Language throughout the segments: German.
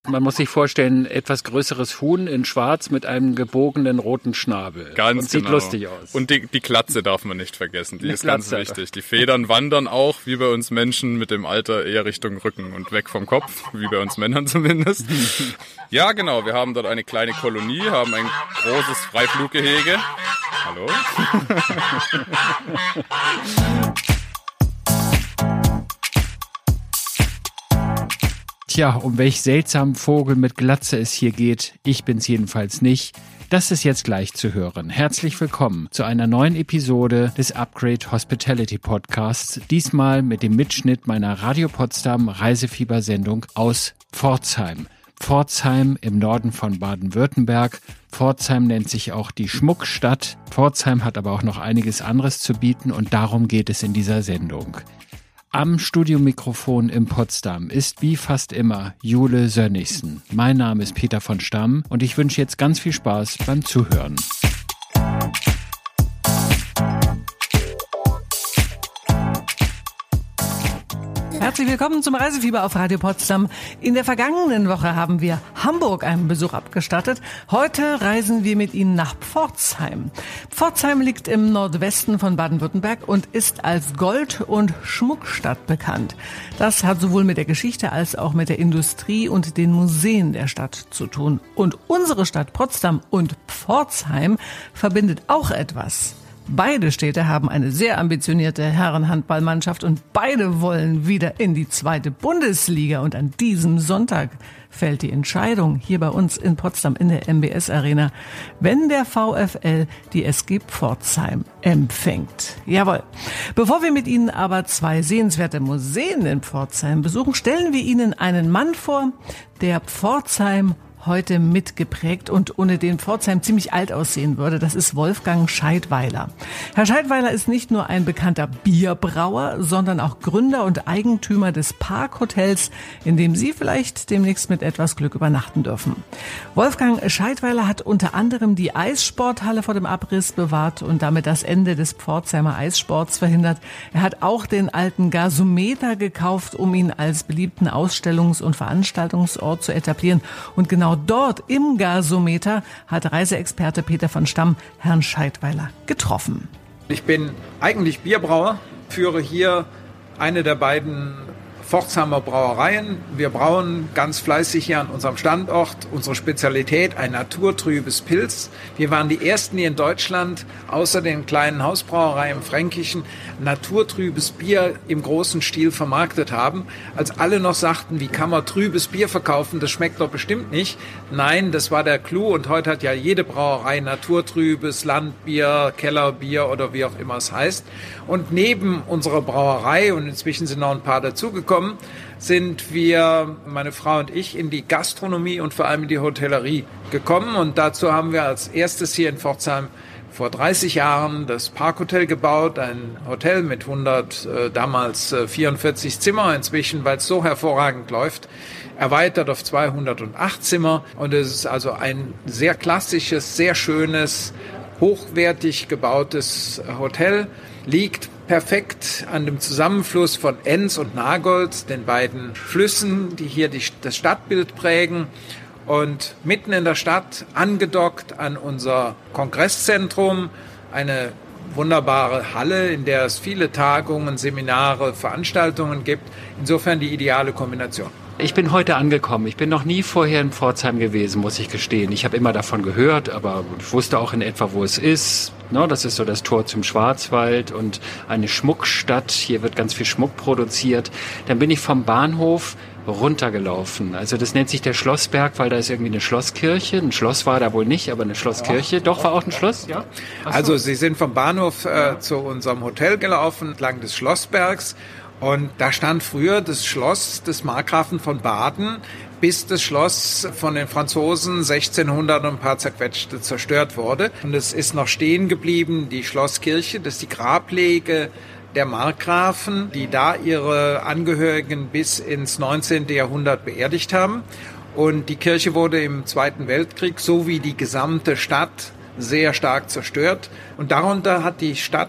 Man muss sich vorstellen, etwas größeres Huhn in Schwarz mit einem gebogenen roten Schnabel. Ganz und sieht genau. lustig aus. Und die Glatze darf man nicht vergessen, die ist Glatze, ganz wichtig. Die Federn wandern auch, wie bei uns Menschen, mit dem Alter eher Richtung Rücken und weg vom Kopf, wie bei uns Männern zumindest. Ja, genau, wir haben dort eine kleine Kolonie, haben ein großes Freifluggehege. Hallo? Tja, um welch seltsamen Vogel mit Glatze es hier geht, ich bin's jedenfalls nicht. Das ist jetzt gleich zu hören. Herzlich willkommen zu einer neuen Episode des Upgrade Hospitality Podcasts. Diesmal mit dem Mitschnitt meiner Radio Potsdam Reisefiebersendung aus Pforzheim. Pforzheim im Norden von Baden-Württemberg. Pforzheim nennt sich auch die Schmuckstadt. Pforzheim hat aber auch noch einiges anderes zu bieten und darum geht es in dieser Sendung. Am Studiomikrofon in Potsdam ist wie fast immer Jule Sönnigsen. Mein Name ist Peter von Stamm und ich wünsche jetzt ganz viel Spaß beim Zuhören. Herzlich willkommen zum Reisefieber auf Radio Potsdam. In der vergangenen Woche haben wir Hamburg einen Besuch abgestattet. Heute reisen wir mit Ihnen nach Pforzheim. Pforzheim liegt im Nordwesten von Baden-Württemberg und ist als Gold- und Schmuckstadt bekannt. Das hat sowohl mit der Geschichte als auch mit der Industrie und den Museen der Stadt zu tun. Und unsere Stadt Potsdam und Pforzheim verbindet auch etwas. Beide Städte haben eine sehr ambitionierte Herrenhandballmannschaft und beide wollen wieder in die 2. Bundesliga. Und an diesem Sonntag fällt die Entscheidung hier bei uns in Potsdam in der MBS Arena, wenn der VfL die SG Pforzheim empfängt. Jawohl. Bevor wir mit Ihnen aber 2 sehenswerte Museen in Pforzheim besuchen, stellen wir Ihnen einen Mann vor, der Pforzheim heute mitgeprägt und ohne den Pforzheim ziemlich alt aussehen würde. Das ist Wolfgang Scheidweiler. Herr Scheidweiler ist nicht nur ein bekannter Bierbrauer, sondern auch Gründer und Eigentümer des Parkhotels, in dem Sie vielleicht demnächst mit etwas Glück übernachten dürfen. Wolfgang Scheidweiler hat unter anderem die Eissporthalle vor dem Abriss bewahrt und damit das Ende des Pforzheimer Eissports verhindert. Er hat auch den alten Gasometer gekauft, um ihn als beliebten Ausstellungs- und Veranstaltungsort zu etablieren. Und genau dort im Gasometer hat Reiseexperte Peter von Stamm Herrn Scheidweiler getroffen. Ich bin eigentlich Bierbrauer, führe hier eine der beiden Pforzheimer Brauereien. Wir brauen ganz fleißig hier an unserem Standort. Unsere Spezialität, ein naturtrübes Pils. Wir waren die ersten, die in Deutschland, außer den kleinen Hausbrauereien im Fränkischen, naturtrübes Bier im großen Stil vermarktet haben. Als alle noch sagten, wie kann man trübes Bier verkaufen, das schmeckt doch bestimmt nicht. Nein, das war der Clou und heute hat ja jede Brauerei naturtrübes Landbier, Kellerbier oder wie auch immer es heißt. Und neben unserer Brauerei, und inzwischen sind noch ein paar dazugekommen, sind wir, meine Frau und ich, in die Gastronomie und vor allem in die Hotellerie gekommen. Und dazu haben wir als erstes hier in Pforzheim vor 30 Jahren das Parkhotel gebaut, ein Hotel mit 44 Zimmer inzwischen, weil es so hervorragend läuft, erweitert auf 208 Zimmer. Und es ist also ein sehr klassisches, sehr schönes, hochwertig gebautes Hotel, liegt perfekt an dem Zusammenfluss von Enns und Nagold, den beiden Flüssen, die hier das Stadtbild prägen. Und mitten in der Stadt, angedockt an unser Kongresszentrum, eine wunderbare Halle, in der es viele Tagungen, Seminare, Veranstaltungen gibt. Insofern die ideale Kombination. Ich bin heute angekommen. Ich bin noch nie vorher in Pforzheim gewesen, muss ich gestehen. Ich habe immer davon gehört, aber ich wusste auch in etwa, wo es ist. No, das ist so das Tor zum Schwarzwald und eine Schmuckstadt. Hier wird ganz viel Schmuck produziert. Dann bin ich vom Bahnhof runtergelaufen. Also das nennt sich der Schlossberg, weil da ist irgendwie eine Schlosskirche. Ein Schloss war da wohl nicht, aber eine Schlosskirche. Doch, war auch ein Schloss? Ja. Also Sie sind vom Bahnhof zu unserem Hotel gelaufen, entlang des Schlossbergs. Und da stand früher das Schloss des Markgrafen von Baden, bis das Schloss von den Franzosen 1600 und ein paar zerquetschte zerstört wurde. Und es ist noch stehen geblieben, die Schlosskirche, das ist die Grablege der Markgrafen, die da ihre Angehörigen bis ins 19. Jahrhundert beerdigt haben. Und die Kirche wurde im Zweiten Weltkrieg sowie die gesamte Stadt sehr stark zerstört. Und darunter hat die Stadt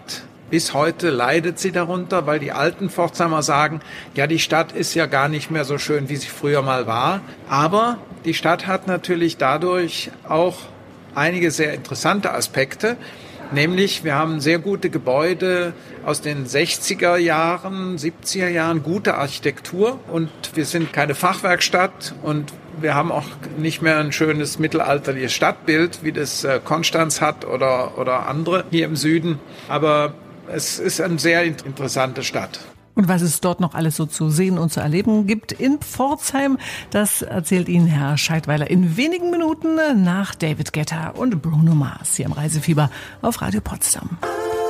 Bis heute leidet sie darunter, weil die alten Pforzheimer sagen, ja, die Stadt ist ja gar nicht mehr so schön, wie sie früher mal war. Aber die Stadt hat natürlich dadurch auch einige sehr interessante Aspekte. Nämlich, wir haben sehr gute Gebäude aus den 60er Jahren, 70er Jahren, gute Architektur. Und wir sind keine Fachwerkstatt und wir haben auch nicht mehr ein schönes mittelalterliches Stadtbild, wie das Konstanz hat oder andere hier im Süden. Aber es ist eine sehr interessante Stadt. Und was es dort noch alles so zu sehen und zu erleben gibt in Pforzheim, das erzählt Ihnen Herr Scheidweiler in wenigen Minuten nach David Guetta und Bruno Mars hier im Reisefieber auf Radio Potsdam.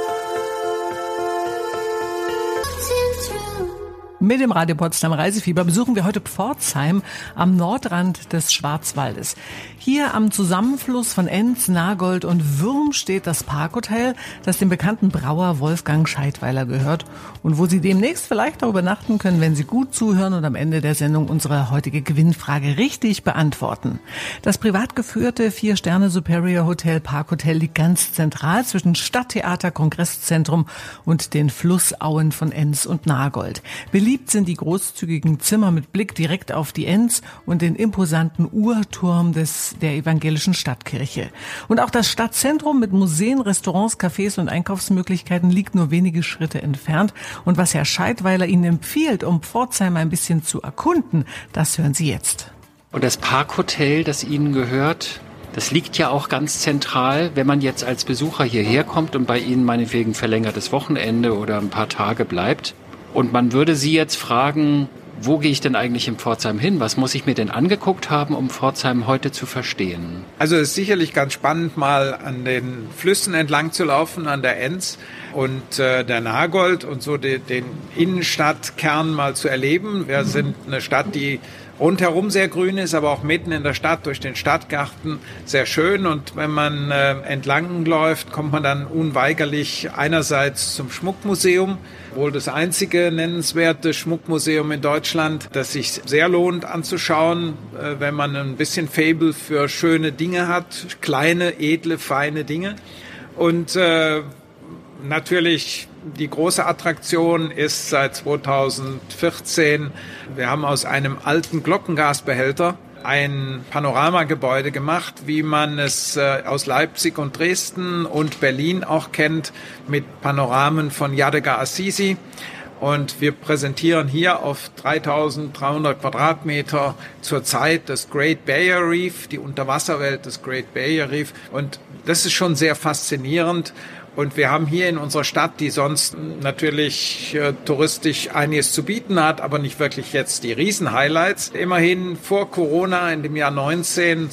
Mit dem Radio Potsdam Reisefieber besuchen wir heute Pforzheim am Nordrand des Schwarzwaldes. Hier am Zusammenfluss von Enz, Nagold und Würm steht das Parkhotel, das dem bekannten Brauer Wolfgang Scheidweiler gehört und wo Sie demnächst vielleicht auch übernachten können, wenn Sie gut zuhören und am Ende der Sendung unsere heutige Gewinnfrage richtig beantworten. Das privat geführte 4-Sterne Superior Hotel Parkhotel liegt ganz zentral zwischen Stadttheater, Kongresszentrum und den Flussauen von Enz und Nagold. Beliebt sind die großzügigen Zimmer mit Blick direkt auf die Enz und den imposanten Uhrturm der evangelischen Stadtkirche. Und auch das Stadtzentrum mit Museen, Restaurants, Cafés und Einkaufsmöglichkeiten liegt nur wenige Schritte entfernt. Und was Herr Scheidweiler Ihnen empfiehlt, um Pforzheim ein bisschen zu erkunden, das hören Sie jetzt. Und das Parkhotel, das Ihnen gehört, das liegt ja auch ganz zentral, wenn man jetzt als Besucher hierher kommt und bei Ihnen meinetwegen verlängertes Wochenende oder ein paar Tage bleibt. Und man würde Sie jetzt fragen, wo gehe ich denn eigentlich in Pforzheim hin? Was muss ich mir denn angeguckt haben, um Pforzheim heute zu verstehen? Also es ist sicherlich ganz spannend, mal an den Flüssen entlang zu laufen, an der Enz und der Nagold und so den Innenstadtkern mal zu erleben. Wir sind eine Stadt, die rundherum sehr grün ist, aber auch mitten in der Stadt durch den Stadtgarten sehr schön. Und wenn man entlang läuft, kommt man dann unweigerlich einerseits zum Schmuckmuseum, wohl das einzige nennenswerte Schmuckmuseum in Deutschland, das sich sehr lohnt anzuschauen, wenn man ein bisschen Faible für schöne Dinge hat, kleine, edle, feine Dinge. Und natürlich die große Attraktion ist seit 2014, wir haben aus einem alten Glockengasbehälter ein Panoramagebäude gemacht, wie man es aus Leipzig und Dresden und Berlin auch kennt, mit Panoramen von Yadigar Assisi. Und wir präsentieren hier auf 3.300 Quadratmeter zurzeit das Great Barrier Reef, die Unterwasserwelt des Great Barrier Reef. Und das ist schon sehr faszinierend. Und wir haben hier in unserer Stadt, die sonst natürlich touristisch einiges zu bieten hat, aber nicht wirklich jetzt die Riesen-Highlights. Immerhin vor Corona in dem Jahr 19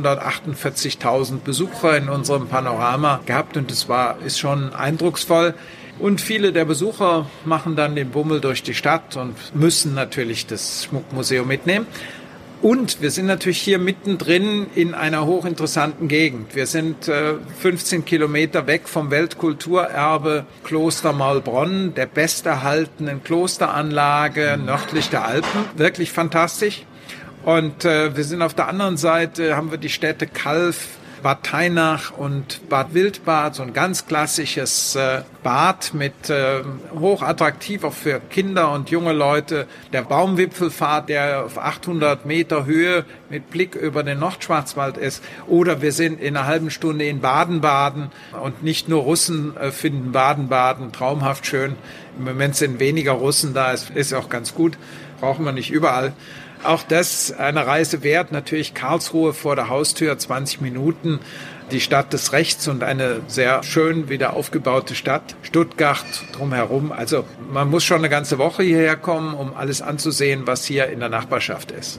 248.000 Besucher in unserem Panorama gehabt und das ist schon eindrucksvoll. Und viele der Besucher machen dann den Bummel durch die Stadt und müssen natürlich das Schmuckmuseum mitnehmen. Und wir sind natürlich hier mittendrin in einer hochinteressanten Gegend. Wir sind 15 Kilometer weg vom Weltkulturerbe Kloster Maulbronn, der besterhaltenen Klosteranlage nördlich der Alpen. Wirklich fantastisch. Und wir sind auf der anderen Seite, haben wir die Städte Calw, Bad Tainach und Bad Wildbad, so ein ganz klassisches Bad mit hochattraktiv auch für Kinder und junge Leute. Der Baumwipfelpfad, der auf 800 Meter Höhe mit Blick über den Nordschwarzwald ist. Oder wir sind in einer halben Stunde in Baden-Baden und nicht nur Russen finden Baden-Baden traumhaft schön. Im Moment sind weniger Russen da, ist auch ganz gut, brauchen wir nicht überall. Auch das eine Reise wert. Natürlich Karlsruhe vor der Haustür, 20 Minuten. Die Stadt des Rechts und eine sehr schön wieder aufgebaute Stadt. Stuttgart drumherum. Also man muss schon eine ganze Woche hierher kommen, um alles anzusehen, was hier in der Nachbarschaft ist.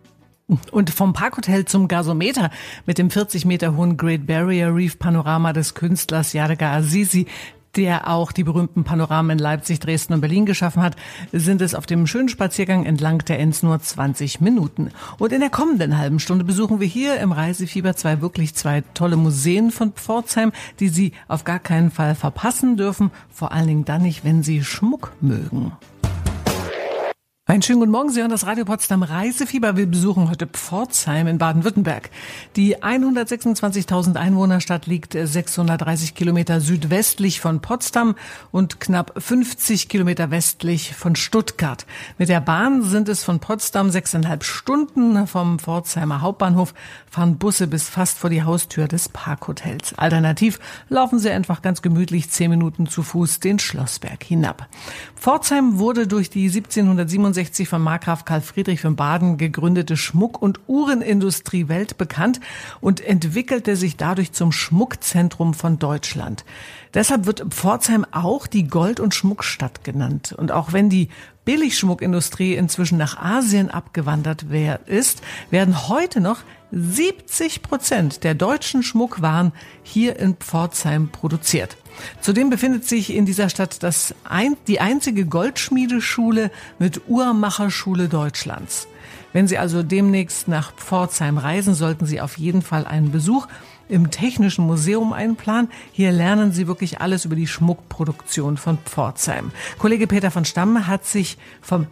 Und vom Parkhotel zum Gasometer mit dem 40 Meter hohen Great Barrier Reef Panorama des Künstlers Yadigar Assisi, der auch die berühmten Panoramen in Leipzig, Dresden und Berlin geschaffen hat, sind es auf dem schönen Spaziergang entlang der Enz nur 20 Minuten. Und in der kommenden halben Stunde besuchen wir hier im Reisefieber zwei tolle Museen von Pforzheim, die Sie auf gar keinen Fall verpassen dürfen, vor allen Dingen dann nicht, wenn Sie Schmuck mögen. Einen schönen guten Morgen, Sie hören das Radio Potsdam Reisefieber. Wir besuchen heute Pforzheim in Baden-Württemberg. Die 126.000 Einwohnerstadt liegt 630 Kilometer südwestlich von Potsdam und knapp 50 Kilometer westlich von Stuttgart. Mit der Bahn sind es von Potsdam 6,5 Stunden. Vom Pforzheimer Hauptbahnhof fahren Busse bis fast vor die Haustür des Parkhotels. Alternativ laufen Sie einfach ganz gemütlich 10 Minuten zu Fuß den Schlossberg hinab. Pforzheim wurde durch die 1767 von Markgraf Karl Friedrich von Baden gegründete Schmuck- und Uhrenindustrie weltbekannt und entwickelte sich dadurch zum Schmuckzentrum von Deutschland. Deshalb wird Pforzheim auch die Gold- und Schmuckstadt genannt. Und auch wenn die Billigschmuckindustrie inzwischen nach Asien abgewandert ist, werden heute noch 70% der deutschen Schmuckwaren hier in Pforzheim produziert. Zudem befindet sich in dieser Stadt die einzige Goldschmiedeschule mit Uhrmacherschule Deutschlands. Wenn Sie also demnächst nach Pforzheim reisen, sollten Sie auf jeden Fall einen Besuch im Technischen Museum einplanen. Hier lernen Sie wirklich alles über die Schmuckproduktion von Pforzheim. Kollege Peter von Stamm hat sich vom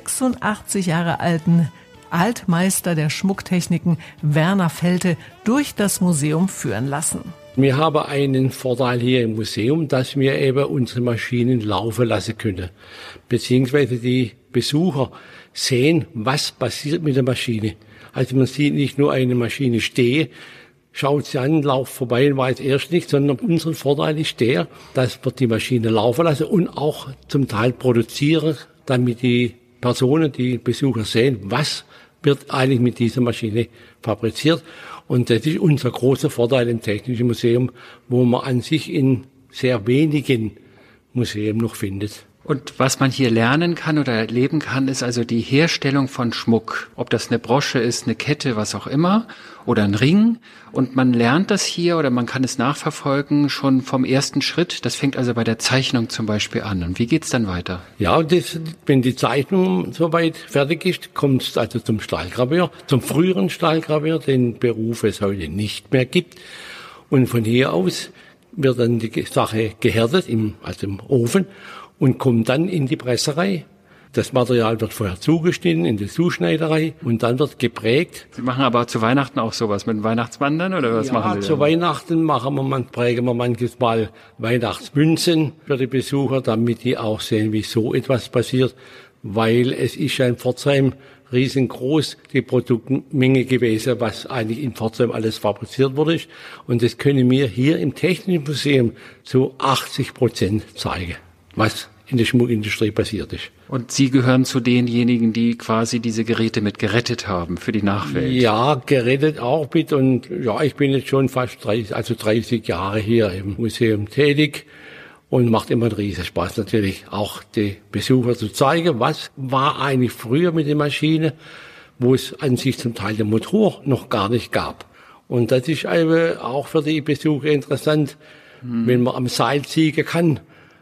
86 Jahre alten Altmeister der Schmucktechniken Werner Felte durch das Museum führen lassen. Wir haben einen Vorteil hier im Museum, dass wir eben unsere Maschinen laufen lassen können. Beziehungsweise die Besucher sehen, was passiert mit der Maschine. Also man sieht nicht nur eine Maschine stehen, schaut sie an, lauft vorbei und weiß erst nicht, sondern unser Vorteil ist der, dass wir die Maschine laufen lassen und auch zum Teil produzieren, damit die Personen, die Besucher sehen, was wird eigentlich mit dieser Maschine fabriziert. Und das ist unser großer Vorteil im Technischen Museum, wo man an sich in sehr wenigen Museen noch findet. Und was man hier lernen kann oder erleben kann, ist also die Herstellung von Schmuck. Ob das eine Brosche ist, eine Kette, was auch immer, oder ein Ring. Und man lernt das hier oder man kann es nachverfolgen schon vom ersten Schritt. Das fängt also bei der Zeichnung zum Beispiel an. Und wie geht's dann weiter? Ja, wenn die Zeichnung soweit fertig ist, kommt es also zum Stahlgraveur, zum früheren Stahlgraveur, den Beruf es heute nicht mehr gibt. Und von hier aus wird dann die Sache gehärtet, im Ofen, und kommt dann in die Presserei. Das Material wird vorher zugeschnitten in die Zuschneiderei und dann wird geprägt. Sie machen aber zu Weihnachten auch sowas mit dem Weihnachtsmann dann, oder was machen Sie? Ja, zu Weihnachten prägen wir manches Mal Weihnachtsmünzen für die Besucher, damit die auch sehen, wie so etwas passiert. Weil es ist ja in Pforzheim riesengroß die Produktmenge gewesen, was eigentlich in Pforzheim alles fabriziert wurde. Und das können wir hier im Technischen Museum zu 80% zeigen, was in der Schmuckindustrie passiert ist. Und Sie gehören zu denjenigen, die quasi diese Geräte mit gerettet haben für die Nachwelt? Ja, gerettet auch mit. Und ja, ich bin jetzt schon fast 30 Jahre hier im Museum tätig und macht immer einen Riesenspaß natürlich, auch die Besucher zu zeigen, was war eigentlich früher mit der Maschine, wo es an sich zum Teil den Motor noch gar nicht gab. Und das ist auch für die Besucher interessant, wenn man am Seil ziehen kann,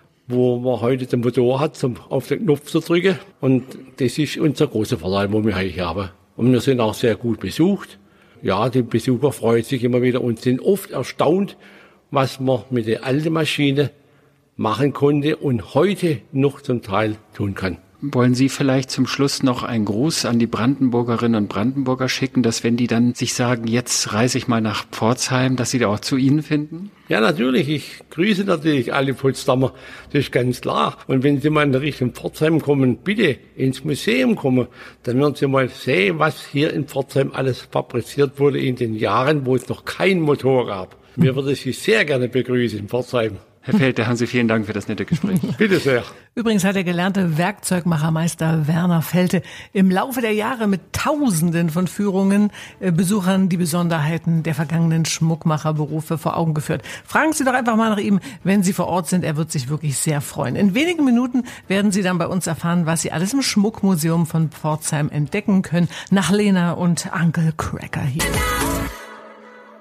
wo man heute den Motor hat, auf den Knopf zu drücken. Und das ist unser großer Vorteil, wo wir hier haben. Und wir sind auch sehr gut besucht. Ja, die Besucher freuen sich immer wieder und sind oft erstaunt, was man mit der alten Maschine machen konnte und heute noch zum Teil tun kann. Wollen Sie vielleicht zum Schluss noch einen Gruß an die Brandenburgerinnen und Brandenburger schicken, dass wenn die dann sich sagen, jetzt reise ich mal nach Pforzheim, dass sie da auch zu Ihnen finden? Ja, natürlich. Ich grüße natürlich alle Potsdamer. Das ist ganz klar. Und wenn Sie mal in Richtung Pforzheim kommen, bitte ins Museum kommen, dann werden Sie mal sehen, was hier in Pforzheim alles fabriziert wurde in den Jahren, wo es noch kein Motor gab. Mir würde Sie sehr gerne begrüßen in Pforzheim. Herr Felte, haben Sie vielen Dank für das nette Gespräch. Bitte sehr. Übrigens hat der gelernte Werkzeugmachermeister Werner Felte im Laufe der Jahre mit Tausenden von Führungen Besuchern die Besonderheiten der vergangenen Schmuckmacherberufe vor Augen geführt. Fragen Sie doch einfach mal nach ihm, wenn Sie vor Ort sind. Er wird sich wirklich sehr freuen. In wenigen Minuten werden Sie dann bei uns erfahren, was Sie alles im Schmuckmuseum von Pforzheim entdecken können. Nach Lena und Uncle Cracker hier.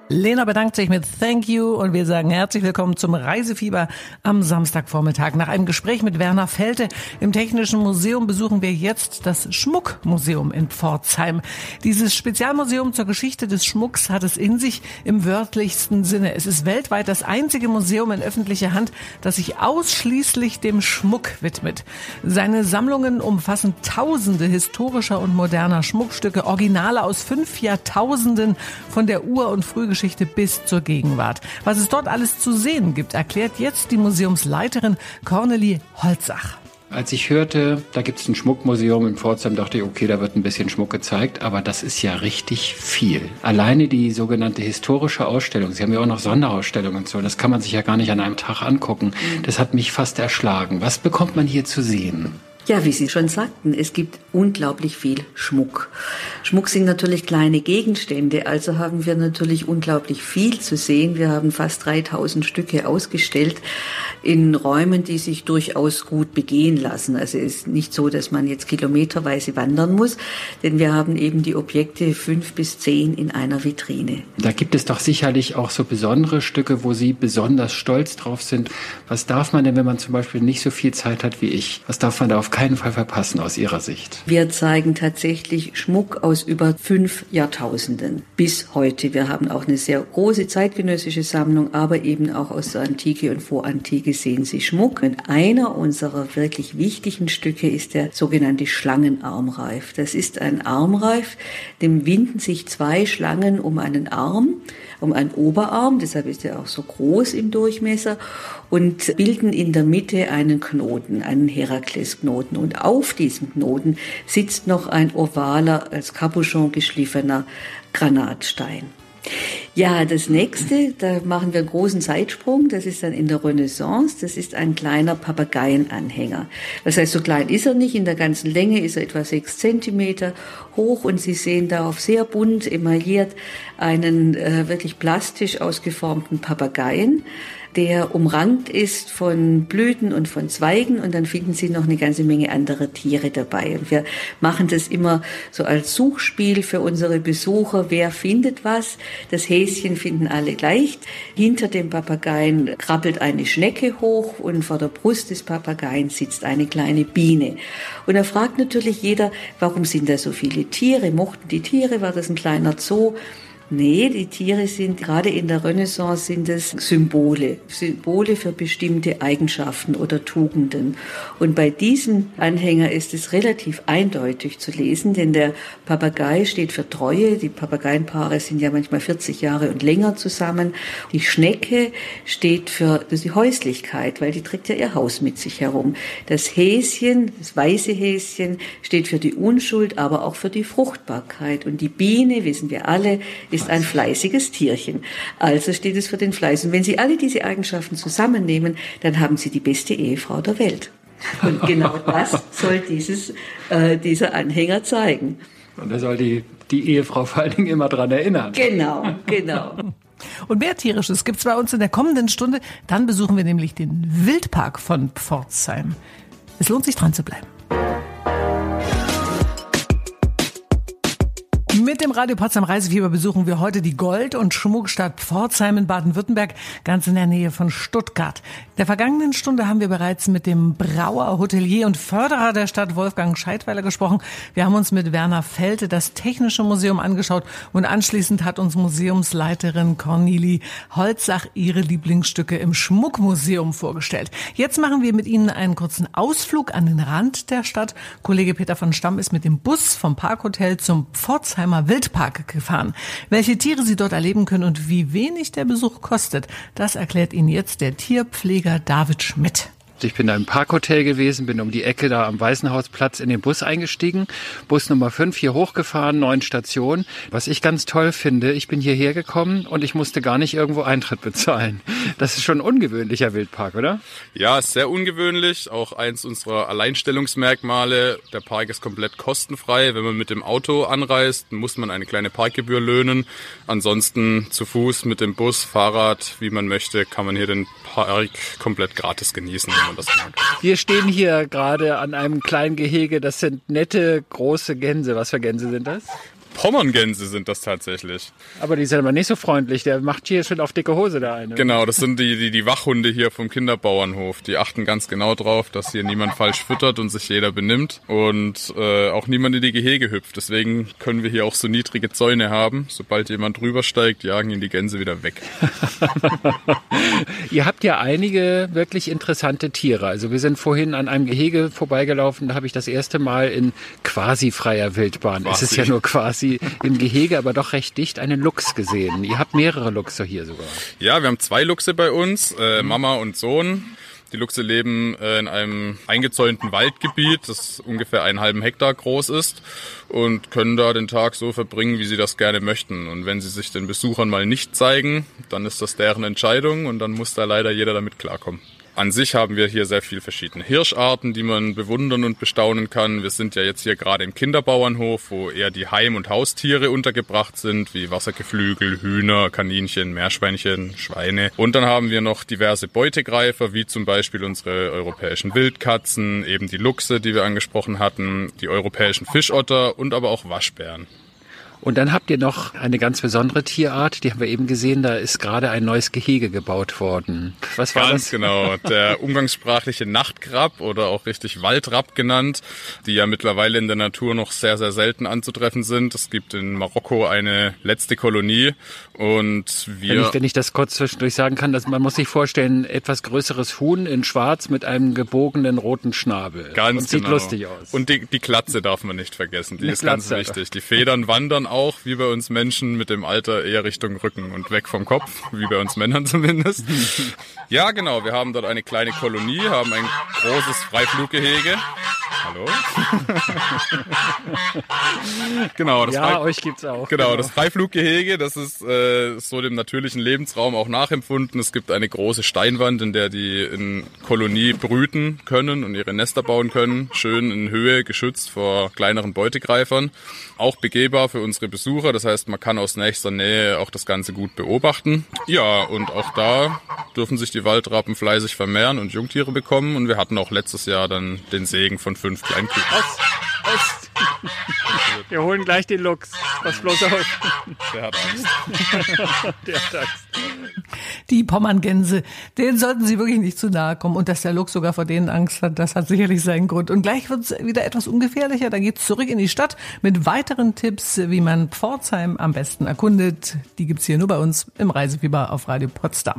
Lena bedankt sich mit Thank you und wir sagen herzlich willkommen zum Reisefieber am Samstagvormittag. Nach einem Gespräch mit Werner Felte im Technischen Museum besuchen wir jetzt das Schmuckmuseum in Pforzheim. Dieses Spezialmuseum zur Geschichte des Schmucks hat es in sich im wörtlichsten Sinne. Es ist weltweit das einzige Museum in öffentlicher Hand, das sich ausschließlich dem Schmuck widmet. Seine Sammlungen umfassen tausende historischer und moderner Schmuckstücke, Originale aus 5 Jahrtausenden von der Ur- und Frühgeschichte bis zur Gegenwart. Was es dort alles zu sehen gibt, erklärt jetzt die Museumsleiterin Cornelie Holzach. Als ich hörte, da gibt es ein Schmuckmuseum in Pforzheim, dachte ich, okay, da wird ein bisschen Schmuck gezeigt, aber das ist ja richtig viel. Alleine die sogenannte historische Ausstellung, Sie haben ja auch noch Sonderausstellungen und so, das kann man sich ja gar nicht an einem Tag angucken. Das hat mich fast erschlagen. Was bekommt man hier zu sehen? Ja, wie Sie schon sagten, es gibt unglaublich viel Schmuck. Schmuck sind natürlich kleine Gegenstände, also haben wir natürlich unglaublich viel zu sehen. Wir haben fast 3000 Stücke ausgestellt in Räumen, die sich durchaus gut begehen lassen. Also es ist nicht so, dass man jetzt kilometerweise wandern muss, denn wir haben eben die Objekte 5 bis 10 in einer Vitrine. Da gibt es doch sicherlich auch so besondere Stücke, wo Sie besonders stolz drauf sind. Was darf man denn, wenn man zum Beispiel nicht so viel Zeit hat wie ich? Was darf man da auf keinen Fall verpassen aus Ihrer Sicht? Wir zeigen tatsächlich Schmuck aus über 5 Jahrtausenden bis heute. Wir haben auch eine sehr große zeitgenössische Sammlung, aber eben auch aus der Antike und Vorantike sehen Sie Schmuck. Und einer unserer wirklich wichtigen Stücke ist der sogenannte Schlangenarmreif. Das ist ein Armreif, dem winden sich 2 Schlangen um einen Arm, um einen Oberarm, deshalb ist er auch so groß im Durchmesser, und bilden in der Mitte einen Knoten, einen Heraklesknoten. Und auf diesem Knoten sitzt noch ein ovaler, als Capuchon geschliffener Granatstein. Ja, das nächste, da machen wir einen großen Zeitsprung, das ist dann in der Renaissance, das ist ein kleiner Papageienanhänger. Das heißt, so klein ist er nicht, in der ganzen Länge ist er etwa 6 Zentimeter hoch und Sie sehen darauf sehr bunt emailliert einen wirklich plastisch ausgeformten Papageien, der umrankt ist von Blüten und von Zweigen, und dann finden Sie noch eine ganze Menge anderer Tiere dabei. Und wir machen das immer so als Suchspiel für unsere Besucher. Wer findet was? Das Häschen finden alle gleich. Hinter dem Papageien krabbelt eine Schnecke hoch und vor der Brust des Papageien sitzt eine kleine Biene. Und da fragt natürlich jeder, warum sind da so viele Tiere? Mochten die Tiere? War das ein kleiner Zoo? Nee, die Tiere sind, gerade in der Renaissance sind es Symbole für bestimmte Eigenschaften oder Tugenden. Und bei diesem Anhänger ist es relativ eindeutig zu lesen, denn der Papagei steht für Treue. Die Papageienpaare sind ja manchmal 40 Jahre und länger zusammen. Die Schnecke steht für die Häuslichkeit, weil die trägt ja ihr Haus mit sich herum. Das Häschen, das weiße Häschen, steht für die Unschuld, aber auch für die Fruchtbarkeit. Und die Biene, wissen wir alle, ist ein fleißiges Tierchen. Also steht es für den Fleiß. Und wenn Sie alle diese Eigenschaften zusammennehmen, dann haben Sie die beste Ehefrau der Welt. Und genau das soll dieser Anhänger zeigen. Und da soll die Ehefrau vor allen Dingen immer dran erinnern. Genau. Und mehr Tierisches gibt's bei uns in der kommenden Stunde. Dann besuchen wir nämlich den Wildpark von Pforzheim. Es lohnt sich, dran zu bleiben. Mit dem Radio Potsdam Reisefieber besuchen wir heute die Gold- und Schmuckstadt Pforzheim in Baden-Württemberg, ganz in der Nähe von Stuttgart. In der vergangenen Stunde haben wir bereits mit dem Brauer, Hotelier und Förderer der Stadt Wolfgang Scheidweiler gesprochen. Wir haben uns mit Werner Felte das Technische Museum angeschaut und anschließend hat uns Museumsleiterin Cornelie Holzach ihre Lieblingsstücke im Schmuckmuseum vorgestellt. Jetzt machen wir mit Ihnen einen kurzen Ausflug an den Rand der Stadt. Kollege Peter von Stamm ist mit dem Bus vom Parkhotel zum Pforzheimer Wildpark gefahren. Welche Tiere Sie dort erleben können und wie wenig der Besuch kostet, das erklärt Ihnen jetzt der Tierpfleger David Schmidt. Ich bin da im Parkhotel gewesen, bin um die Ecke da am Waisenhausplatz in den Bus eingestiegen. Bus Nummer 5 hier hochgefahren, 9 Stationen. Was ich ganz toll finde, ich bin hierher gekommen und ich musste gar nicht irgendwo Eintritt bezahlen. Das ist schon ein ungewöhnlicher Wildpark, oder? Ja, ist sehr ungewöhnlich. Auch eins unserer Alleinstellungsmerkmale. Der Park ist komplett kostenfrei. Wenn man mit dem Auto anreist, muss man eine kleine Parkgebühr löhnen. Ansonsten zu Fuß, mit dem Bus, Fahrrad, wie man möchte, kann man hier den Park komplett gratis genießen. Das mag. Wir stehen hier gerade an einem kleinen Gehege. Das sind nette, große Gänse. Was für Gänse sind das? Pommern-Gänse sind das tatsächlich. Aber die sind aber nicht so freundlich. Der macht hier schon auf dicke Hose da eine. Genau, das sind die Wachhunde hier vom Kinderbauernhof. Die achten ganz genau drauf, dass hier niemand falsch füttert und sich jeder benimmt und auch niemand in die Gehege hüpft. Deswegen können wir hier auch so niedrige Zäune haben. Sobald jemand drüber steigt, jagen ihn die Gänse wieder weg. Ihr habt ja einige wirklich interessante Tiere. Also wir sind vorhin an einem Gehege vorbeigelaufen. Da habe ich das erste Mal in quasi freier Wildbahn. Es ist ja nur quasi im Gehege, aber doch recht dicht, einen Luchs gesehen. Ihr habt mehrere Luchse hier sogar. Ja, wir haben 2 Luchse bei uns, Mama und Sohn. Die Luchse leben in einem eingezäunten Waldgebiet, das ungefähr 1,5 Hektar groß ist und können da den Tag so verbringen, wie sie das gerne möchten. Und wenn sie sich den Besuchern mal nicht zeigen, dann ist das deren Entscheidung und dann muss da leider jeder damit klarkommen. An sich haben wir hier sehr viele verschiedene Hirscharten, die man bewundern und bestaunen kann. Wir sind ja jetzt hier gerade im Kinderbauernhof, wo eher die Heim- und Haustiere untergebracht sind, wie Wassergeflügel, Hühner, Kaninchen, Meerschweinchen, Schweine. Und dann haben wir noch diverse Beutegreifer, wie zum Beispiel unsere europäischen Wildkatzen, eben die Luchse, die wir angesprochen hatten, die europäischen Fischotter und aber auch Waschbären. Und dann habt ihr noch eine ganz besondere Tierart, die haben wir eben gesehen, da ist gerade ein neues Gehege gebaut worden. Was war das? Ganz genau, der umgangssprachliche Nachtkrab oder auch richtig Waldrapp genannt, die ja mittlerweile in der Natur noch sehr, sehr selten anzutreffen sind. Es gibt in Marokko eine letzte Kolonie und Wenn ich das kurz zwischendurch sagen kann, man muss sich vorstellen, etwas größeres Huhn in schwarz mit einem gebogenen roten Schnabel. Ganz und sieht genau. Lustig aus. Und die Glatze darf man nicht vergessen, die ist Glatze, ganz wichtig. Die Federn wandern auch, wie bei uns Menschen, mit dem Alter eher Richtung Rücken und weg vom Kopf, wie bei uns Männern zumindest. Ja, genau, wir haben dort eine kleine Kolonie, haben ein großes Freifluggehege. Hallo? Genau, euch gibt's auch. Genau, das Freifluggehege, das ist so dem natürlichen Lebensraum auch nachempfunden. Es gibt eine große Steinwand, in der die in Kolonie brüten können und ihre Nester bauen können. Schön in Höhe, geschützt vor kleineren Beutegreifern. Auch begehbar für unsere Besucher, das heißt, man kann aus nächster Nähe auch das Ganze gut beobachten. Ja, und auch da dürfen sich die Waldrappen fleißig vermehren und Jungtiere bekommen. Und wir hatten auch letztes Jahr dann den Segen von 5 Kleinküken. Wir holen gleich den Luchs. Pass bloß auf. Der hat Angst. Der hat Angst. Die Pommern-Gänse, denen sollten Sie wirklich nicht zu nahe kommen. Und dass der Luchs sogar vor denen Angst hat, das hat sicherlich seinen Grund. Und gleich wird es wieder etwas ungefährlicher. Da geht's zurück in die Stadt mit weiteren Tipps, wie man Pforzheim am besten erkundet. Die gibt's hier nur bei uns im Reisefieber auf Radio Potsdam.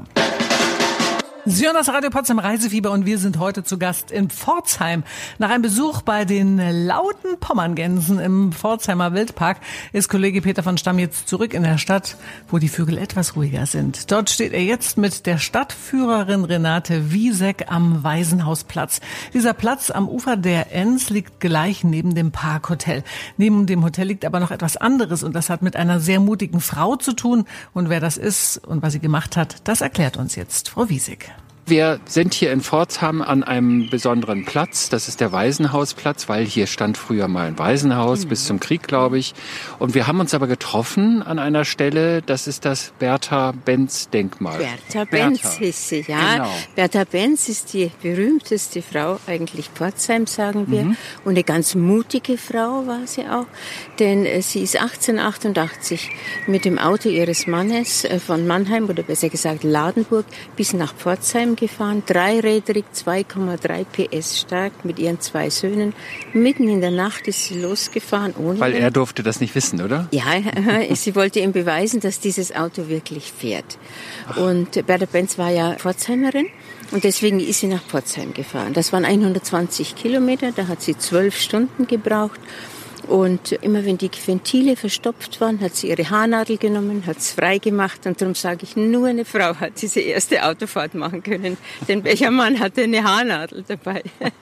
Sie hören das Radio Potsdam Reisefieber und wir sind heute zu Gast in Pforzheim. Nach einem Besuch bei den lauten Pommern-Gänsen im Pforzheimer Wildpark ist Kollege Peter von Stamm jetzt zurück in der Stadt, wo die Vögel etwas ruhiger sind. Dort steht er jetzt mit der Stadtführerin Renate Wiesek am Waisenhausplatz. Dieser Platz am Ufer der Enns liegt gleich neben dem Parkhotel. Neben dem Hotel liegt aber noch etwas anderes und das hat mit einer sehr mutigen Frau zu tun. Und wer das ist und was sie gemacht hat, das erklärt uns jetzt Frau Wiesek. Wir sind hier in Pforzheim an einem besonderen Platz. Das ist der Waisenhausplatz, weil hier stand früher mal ein Waisenhaus, bis zum Krieg, glaube ich. Und wir haben uns aber getroffen an einer Stelle, das ist das Bertha-Benz-Denkmal. Bertha Benz hieß sie, ja. Genau. Bertha Benz ist die berühmteste Frau eigentlich Pforzheims, sagen wir. Und eine ganz mutige Frau war sie auch, denn sie ist 1888 mit dem Auto ihres Mannes von Mannheim, oder besser gesagt Ladenburg, bis nach Pforzheim gefahren, dreirädrig, 2,3 PS stark, mit ihren 2 Söhnen. Mitten in der Nacht ist sie losgefahren. Weil er durfte das nicht wissen, oder? Ja, sie wollte ihm beweisen, dass dieses Auto wirklich fährt. Und Bertha Benz war ja Pforzheimerin und deswegen ist sie nach Pforzheim gefahren. Das waren 120 Kilometer, da hat sie 12 Stunden gebraucht. Und immer wenn die Ventile verstopft waren, hat sie ihre Haarnadel genommen, hat es frei gemacht. Und darum sage ich, nur eine Frau hat diese erste Autofahrt machen können. Denn welcher Mann hatte eine Haarnadel dabei?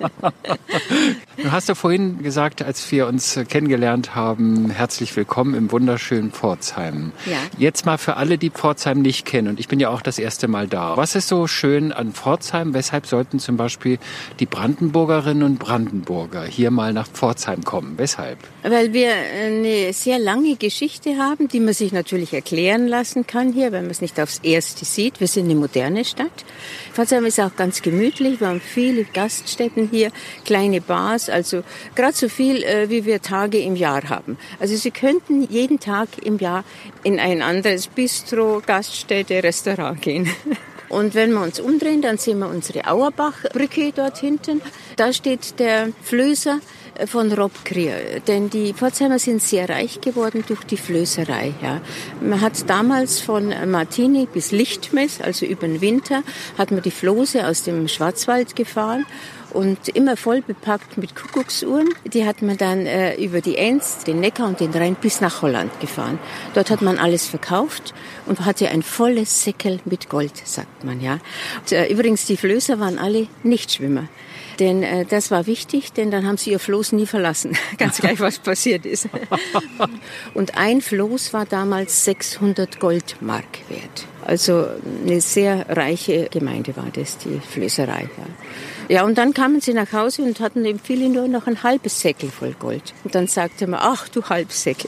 Du hast ja vorhin gesagt, als wir uns kennengelernt haben, herzlich willkommen im wunderschönen Pforzheim. Ja. Jetzt mal für alle, die Pforzheim nicht kennen, und ich bin ja auch das erste Mal da. Was ist so schön an Pforzheim? Weshalb sollten zum Beispiel die Brandenburgerinnen und Brandenburger hier mal nach Pforzheim kommen? Weshalb? Weil wir eine sehr lange Geschichte haben, die man sich natürlich erklären lassen kann hier, wenn man es nicht aufs Erste sieht. Wir sind eine moderne Stadt. Pforzheim ist auch ganz gemütlich. Wir haben viele Gaststätten hier, kleine Bars, also gerade so viel, wie wir Tage im Jahr haben. Also Sie könnten jeden Tag im Jahr in ein anderes Bistro, Gaststätte, Restaurant gehen. Und wenn wir uns umdrehen, dann sehen wir unsere Auerbachbrücke dort hinten. Da steht der Flößer von Rob Krier. Denn die Pforzheimer sind sehr reich geworden durch die Flößerei. Ja. Man hat damals von Martini bis Lichtmess, also über den Winter, hat man die Floße aus dem Schwarzwald gefahren. Und immer voll bepackt mit Kuckucksuhren. Die hat man dann über die Enz, den Neckar und den Rhein bis nach Holland gefahren. Dort hat man alles verkauft und hatte ein volles Säckel mit Gold, sagt man, ja. Und, übrigens, die Flößer waren alle Nichtschwimmer. Denn das war wichtig, denn dann haben sie ihr Floß nie verlassen. Ganz gleich, was passiert ist. Und ein Floß war damals 600 Goldmark wert. Also eine sehr reiche Gemeinde war das, die Flößerei. Ja. Ja, und dann kamen sie nach Hause und hatten eben viele nur noch ein halbes Säckel voll Gold. Und dann sagte man, ach du Halbsäckel.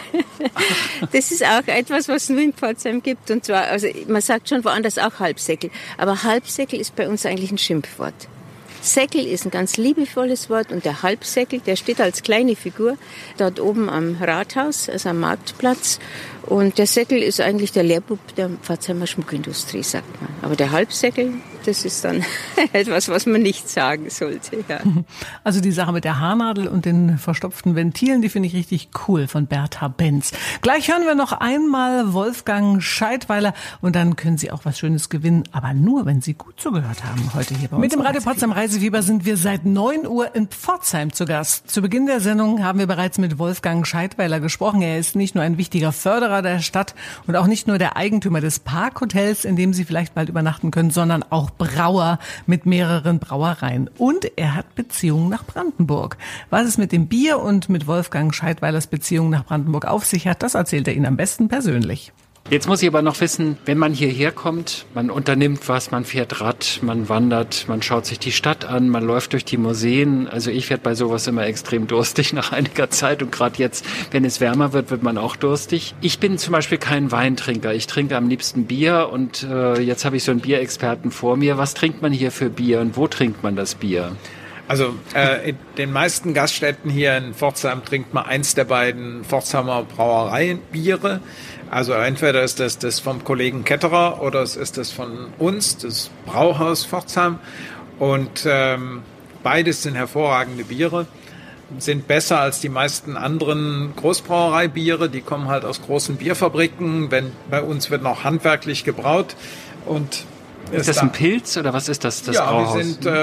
Das ist auch etwas, was es nur in Pforzheim gibt. Und zwar, also man sagt schon woanders auch Halbsäckel. Aber Halbsäckel ist bei uns eigentlich ein Schimpfwort. Säckel ist ein ganz liebevolles Wort und der Halbsäckel, der steht als kleine Figur dort oben am Rathaus, also am Marktplatz. Und der Säckel ist eigentlich der Lehrbub der Pforzheimer Schmuckindustrie, sagt man. Aber der Halbsäckel, das ist dann etwas, was man nicht sagen sollte. Ja. Also die Sache mit der Haarnadel und den verstopften Ventilen, die finde ich richtig cool von Bertha Benz. Gleich hören wir noch einmal Wolfgang Scheidweiler und dann können Sie auch was Schönes gewinnen, aber nur, wenn Sie gut zugehört haben heute hier bei uns. Mit dem Radio Potsdam Reisefieber sind wir seit 9 Uhr in Pforzheim zu Gast. Zu Beginn der Sendung haben wir bereits mit Wolfgang Scheidweiler gesprochen. Er ist nicht nur ein wichtiger Förderer der Stadt und auch nicht nur der Eigentümer des Parkhotels, in dem Sie vielleicht bald übernachten können, sondern auch Brauer mit mehreren Brauereien. Und er hat Beziehungen nach Brandenburg. Was es mit dem Bier und mit Wolfgang Scheidweilers Beziehungen nach Brandenburg auf sich hat, das erzählt er Ihnen am besten persönlich. Jetzt muss ich aber noch wissen, wenn man hierher kommt, man unternimmt was, man fährt Rad, man wandert, man schaut sich die Stadt an, man läuft durch die Museen. Also ich werde bei sowas immer extrem durstig nach einiger Zeit und gerade jetzt, wenn es wärmer wird, wird man auch durstig. Ich bin zum Beispiel kein Weintrinker, ich trinke am liebsten Bier und jetzt habe ich so einen Bierexperten vor mir. Was trinkt man hier für Bier und wo trinkt man das Bier? Also in den meisten Gaststätten hier in Pforzheim trinkt man eins der beiden Pforzheimer Brauereienbiere. Also entweder ist das vom Kollegen Ketterer oder es ist das von uns, das Brauhaus Pforzheim. Und beides sind hervorragende Biere, sind besser als die meisten anderen Großbrauereibiere. Die kommen halt aus großen Bierfabriken. Bei uns wird noch handwerklich gebraut. Und ist das ein Pilz oder was ist das Brauhaus?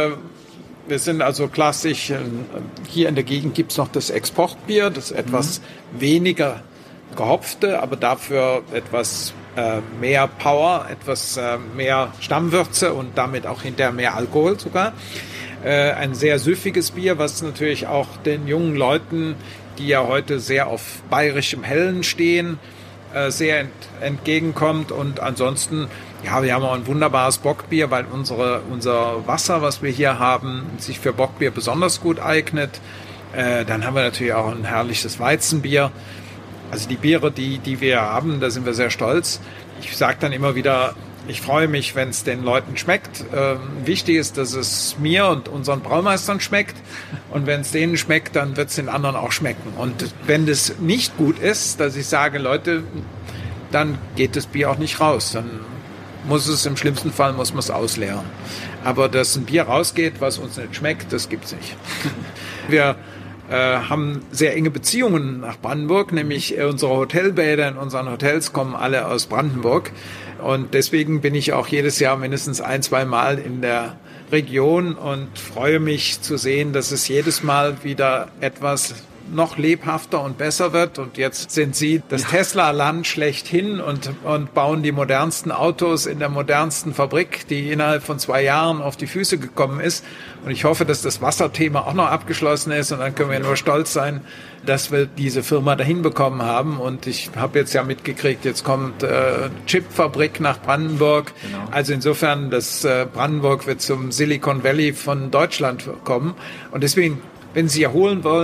Wir sind also klassisch, hier in der Gegend gibt's noch das Exportbier, das etwas weniger gehopfte, aber dafür etwas mehr Power, etwas mehr Stammwürze und damit auch hinterher mehr Alkohol sogar. Ein sehr süffiges Bier, was natürlich auch den jungen Leuten, die ja heute sehr auf bayerischem Hellen stehen, sehr entgegenkommt. Und ansonsten, ja, wir haben auch ein wunderbares Bockbier, weil unser Wasser, was wir hier haben, sich für Bockbier besonders gut eignet. Dann haben wir natürlich auch ein herrliches Weizenbier. Also die Biere, die wir haben, da sind wir sehr stolz. Ich sage dann immer wieder, ich freue mich, wenn es den Leuten schmeckt. Wichtig ist, dass es mir und unseren Braumeistern schmeckt. Und wenn es denen schmeckt, dann wird es den anderen auch schmecken. Und wenn das nicht gut ist, dass ich sage, Leute, dann geht das Bier auch nicht raus. Dann muss es im schlimmsten Fall muss man es ausleeren. Aber dass ein Bier rausgeht, was uns nicht schmeckt, das gibt's nicht. Wir haben sehr enge Beziehungen nach Brandenburg, nämlich unsere Hotelbäder in unseren Hotels kommen alle aus Brandenburg. Und deswegen bin ich auch jedes Jahr mindestens 1-2 Mal in der Region und freue mich zu sehen, dass es jedes Mal wieder etwas noch lebhafter und besser wird. Und jetzt sind sie das Tesla-Land schlechthin und bauen die modernsten Autos in der modernsten Fabrik, die innerhalb von 2 Jahren auf die Füße gekommen ist. Und ich hoffe, dass das Wasserthema auch noch abgeschlossen ist. Und dann können wir nur stolz sein, dass wir diese Firma dahin bekommen haben. Und ich habe jetzt ja mitgekriegt, jetzt kommt Chipfabrik nach Brandenburg. Genau. Also insofern, das Brandenburg wird zum Silicon Valley von Deutschland kommen. Und deswegen, wenn Sie erholen wollen,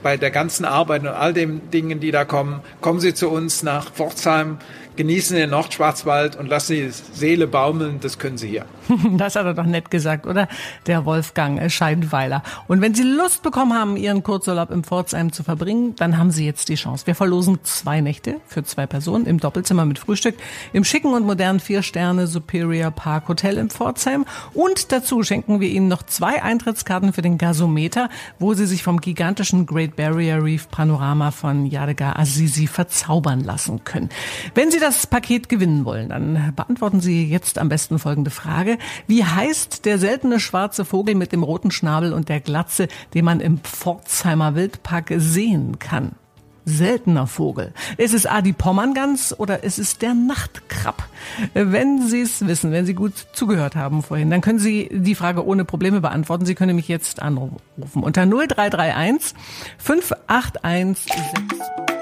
bei der ganzen Arbeit und all den Dingen, die da kommen. Kommen Sie zu uns nach Pforzheim, genießen den Nordschwarzwald und lassen die Seele baumeln, das können Sie hier. Das hat er doch nett gesagt, oder? Der Wolfgang Scheideweiler. Und wenn Sie Lust bekommen haben, Ihren Kurzurlaub im Pforzheim zu verbringen, dann haben Sie jetzt die Chance. Wir verlosen 2 Nächte für 2 Personen im Doppelzimmer mit Frühstück im schicken und modernen 4-Sterne Superior Park Hotel in Pforzheim. Und dazu schenken wir Ihnen noch 2 Eintrittskarten für den Gasometer, wo Sie sich vom gigantischen Great Barrier Reef Panorama von Yadigar Azizi verzaubern lassen können. Wenn Sie das Paket gewinnen wollen, dann beantworten Sie jetzt am besten folgende Frage. Wie heißt der seltene schwarze Vogel mit dem roten Schnabel und der Glatze, den man im Pforzheimer Wildpark sehen kann? Seltener Vogel. Ist es A, die Pommerngans oder ist es der Nachtkrab? Wenn Sie es wissen, wenn Sie gut zugehört haben vorhin, dann können Sie die Frage ohne Probleme beantworten. Sie können mich jetzt anrufen unter 0331 581 6